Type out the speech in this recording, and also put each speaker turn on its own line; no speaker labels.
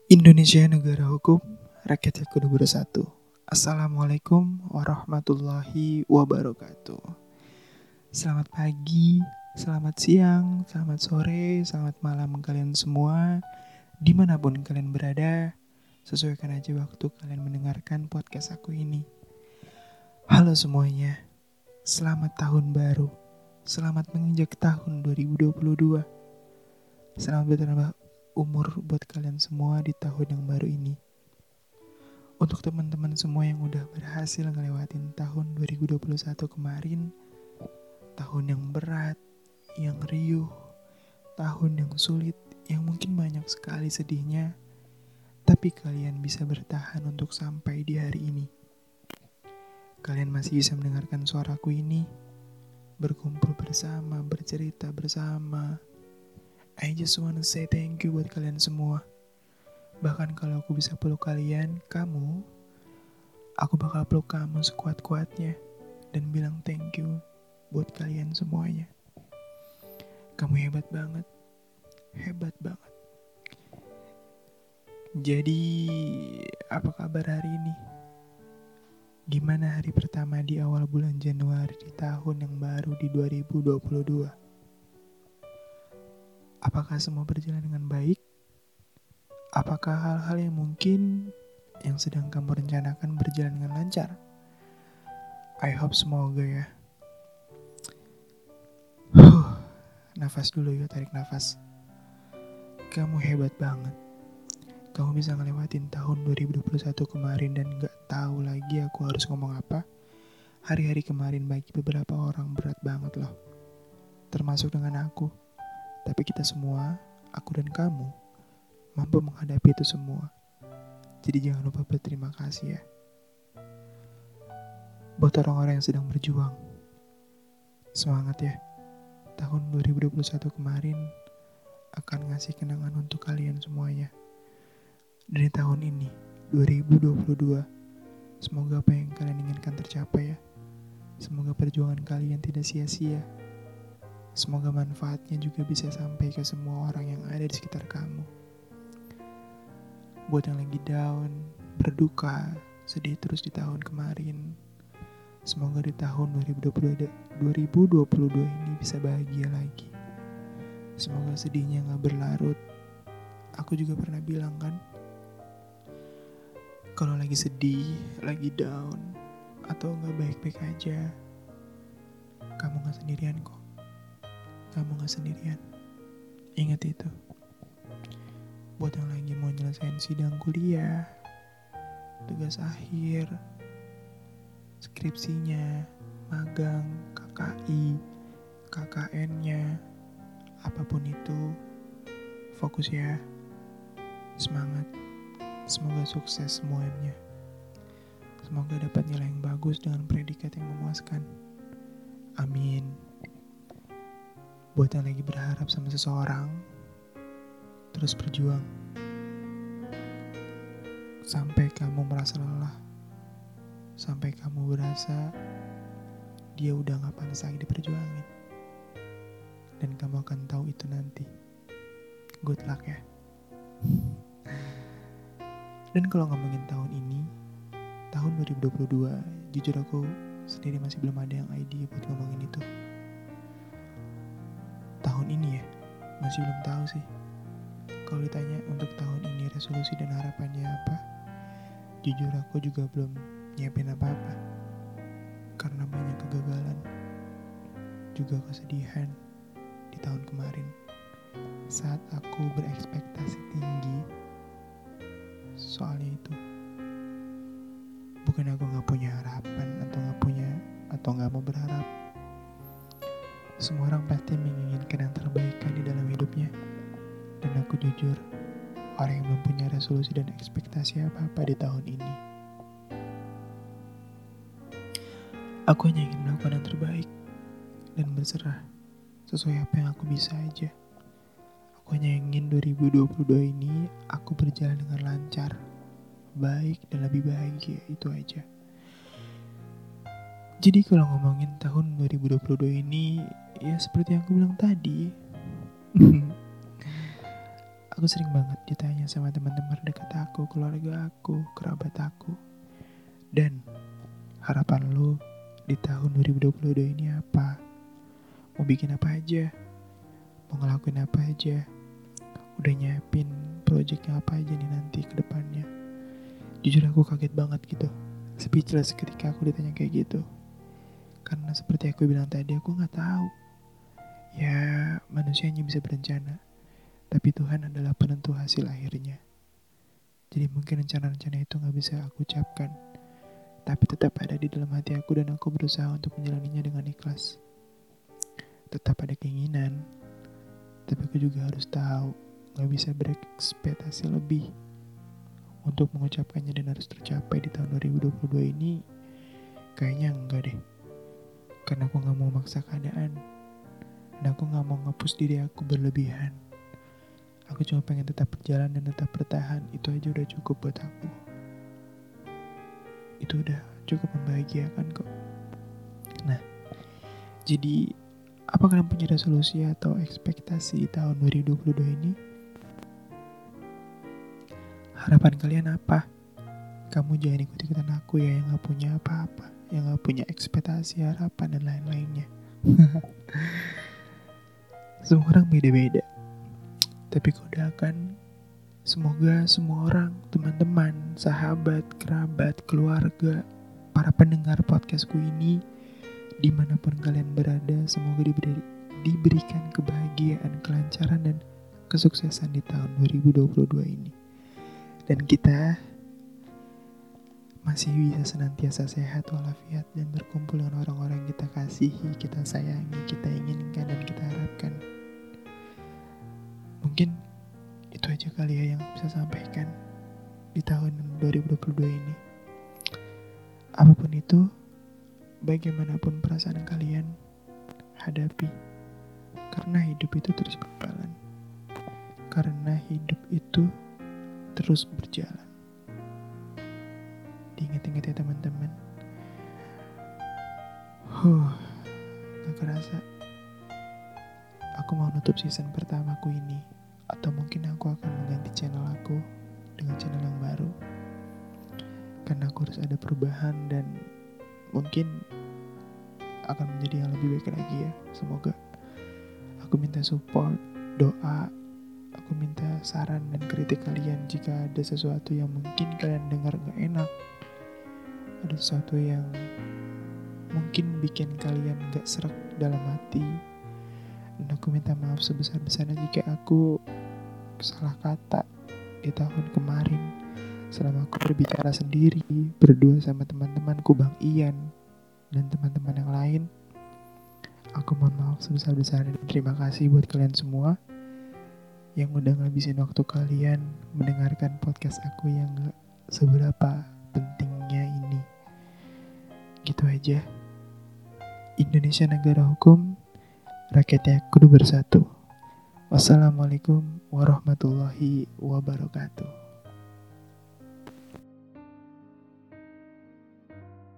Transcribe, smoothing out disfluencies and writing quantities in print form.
Indonesia negara hukum, rakyatnya kudu bersatu. Assalamualaikum warahmatullahi wabarakatuh. Selamat pagi, selamat siang, selamat sore, selamat malam kalian semua. Dimanapun kalian berada, sesuaikan aja waktu kalian mendengarkan podcast aku ini. Halo semuanya, selamat tahun baru. Selamat menginjak tahun 2022. Selamat bertambah umur buat kalian semua di tahun yang baru ini. Untuk teman-teman semua yang udah berhasil ngelewatin tahun 2021 kemarin, tahun yang berat, yang riuh, tahun yang sulit, yang mungkin banyak sekali sedihnya, tapi kalian bisa bertahan untuk sampai di hari ini. Kalian masih bisa mendengarkan suaraku ini, berkumpul bersama, bercerita bersama. I just wanna say thank you buat kalian semua. Bahkan kalau aku bisa peluk kalian, aku bakal peluk kamu sekuat-kuatnya dan bilang thank you buat kalian semuanya. Kamu hebat banget. Hebat banget. Jadi, apa kabar hari ini? Gimana hari pertama di awal bulan Januari di tahun yang baru di 2022? Apakah semua berjalan dengan baik? Apakah hal-hal yang mungkin yang sedang kamu rencanakan berjalan dengan lancar? I hope semoga ya. Nafas dulu yuk, tarik nafas. Kamu hebat banget. Kamu bisa ngelewatin tahun 2021 kemarin dan gak tahu lagi aku harus ngomong apa. Hari-hari kemarin bagi beberapa orang berat banget loh. Termasuk dengan aku. Tapi kita semua, aku dan kamu, mampu menghadapi itu semua. Jadi jangan lupa berterima kasih ya. Buat orang-orang yang sedang berjuang, semangat ya. Tahun 2021 kemarin akan ngasih kenangan untuk kalian semuanya. Dari tahun ini, 2022, semoga apa yang kalian inginkan tercapai ya. Semoga perjuangan kalian tidak sia-sia. Semoga manfaatnya juga bisa sampai ke semua orang yang ada di sekitar kamu. Buat yang lagi down, berduka, sedih terus di tahun kemarin, semoga di tahun 2022 ini bisa bahagia lagi. Semoga sedihnya gak berlarut. Aku juga pernah bilang kan, kalau lagi sedih, lagi down, atau gak baik-baik aja, kamu gak sendirian kok. Kamu gak sendirian. Ingat itu. Buat yang lagi mau nyelesain sidang kuliah, tugas akhir, skripsinya, magang, KKI, KKN-nya, apapun itu, fokus ya. Semangat. Semoga sukses semuanya. Semoga dapat nilai yang bagus dengan predikat yang memuaskan. Amin. Buat yang lagi berharap sama seseorang, terus berjuang. Sampai kamu merasa lelah. Sampai kamu berasa dia udah gak pantas lagi diperjuangin. Dan kamu akan tahu itu nanti. Good luck ya. Dan kalau ngomongin tahun ini, tahun 2022, jujur aku sendiri masih belum ada yang idea buat ngomongin itu. Tahun ini ya, masih belum tahu sih. Kalau ditanya untuk tahun ini resolusi dan harapannya apa, jujur aku juga belum nyiapin apa-apa. Karena banyak kegagalan, juga kesedihan di tahun kemarin. Saat aku berekspektasi tinggi, soalnya itu. Bukan aku gak punya harapan atau gak mau berharap. Semua orang pasti menginginkan yang terbaik kan di dalam hidupnya. Dan aku jujur, orang yang belum punya resolusi dan ekspektasi apa-apa di tahun ini. Aku hanya ingin melakukan yang terbaik dan berserah sesuai apa yang aku bisa aja. Aku hanya ingin 2022 ini aku berjalan dengan lancar, baik dan lebih bahagia, itu aja. Jadi kalau ngomongin tahun 2022 ini, ya seperti yang aku bilang tadi, Aku sering banget ditanya sama teman-teman dekat aku, keluarga aku, kerabat aku. Dan harapan lu di tahun 2022 ini apa? Mau bikin apa aja? Mau ngelakuin apa aja? Udah nyiapin projectnya apa aja nih nanti ke depannya? Jujur aku kaget banget gitu. Speechless ketika aku ditanya kayak gitu. Karena seperti aku bilang tadi, aku gak tahu. Ya, manusia hanya bisa berencana. Tapi Tuhan adalah penentu hasil akhirnya. Jadi mungkin rencana-rencana itu gak bisa aku ucapkan. Tapi tetap ada di dalam hati aku dan aku berusaha untuk menjalaninya dengan ikhlas. Tetap ada keinginan. Tapi aku juga harus tahu, gak bisa berekspektasi lebih. Untuk mengucapkannya dan harus tercapai di tahun 2022 ini, kayaknya enggak deh. Karena aku gak mau maksa keadaan. Dan aku gak mau ngepus diri aku berlebihan. Aku cuma pengen tetap berjalan dan tetap bertahan. Itu aja udah cukup buat aku. Itu udah cukup membahagiakan kok. Nah, jadi apa kalian punya resolusi atau ekspektasi di tahun 2022 ini? Harapan kalian apa? Kamu jangan ikut-ikutan aku ya, yang gak punya apa-apa, yang gak punya ekspektasi, harapan, dan lain-lainnya. Semua orang beda-beda. Tapi kau doakan semoga semua orang, teman-teman, sahabat, kerabat, keluarga, para pendengar podcastku ini, dimanapun kalian berada, semoga diberikan kebahagiaan, kelancaran, dan kesuksesan di tahun 2022 ini. Dan kita masih bisa senantiasa sehat walafiat dan berkumpul dengan orang-orang yang kita kasihi, kita sayangi, kita inginkan, dan kita harapkan. Mungkin itu aja kali ya yang bisa sampaikan di tahun 2022 ini. Apapun itu, bagaimanapun perasaan kalian, hadapi. Karena hidup itu terus berjalan. Karena hidup itu terus berjalan. Diingat-ingat ya teman-teman. Gak kerasa aku mau nutup season pertamaku ini. Atau mungkin aku akan mengganti channel aku dengan channel yang baru. Karena aku harus ada perubahan dan mungkin akan menjadi yang lebih baik lagi ya. Semoga. Aku minta support, doa, aku minta saran dan kritik kalian jika ada sesuatu yang mungkin kalian dengar gak enak. Ada sesuatu yang mungkin bikin kalian gak serak dalam hati. Dan aku minta maaf sebesar-besarnya jika aku salah kata di tahun kemarin selama aku berbicara sendiri, berdua sama teman-temanku Bang Ian dan teman-teman yang lain. Aku mohon maaf sebesar-besarnya dan terima kasih buat kalian semua yang udah ngabisin waktu kalian mendengarkan podcast aku yang gak seberapa pentingnya ini. Gitu aja. Indonesia negara hukum, rakyatnya kudu bersatu. Wassalamualaikum warahmatullahi wabarakatuh.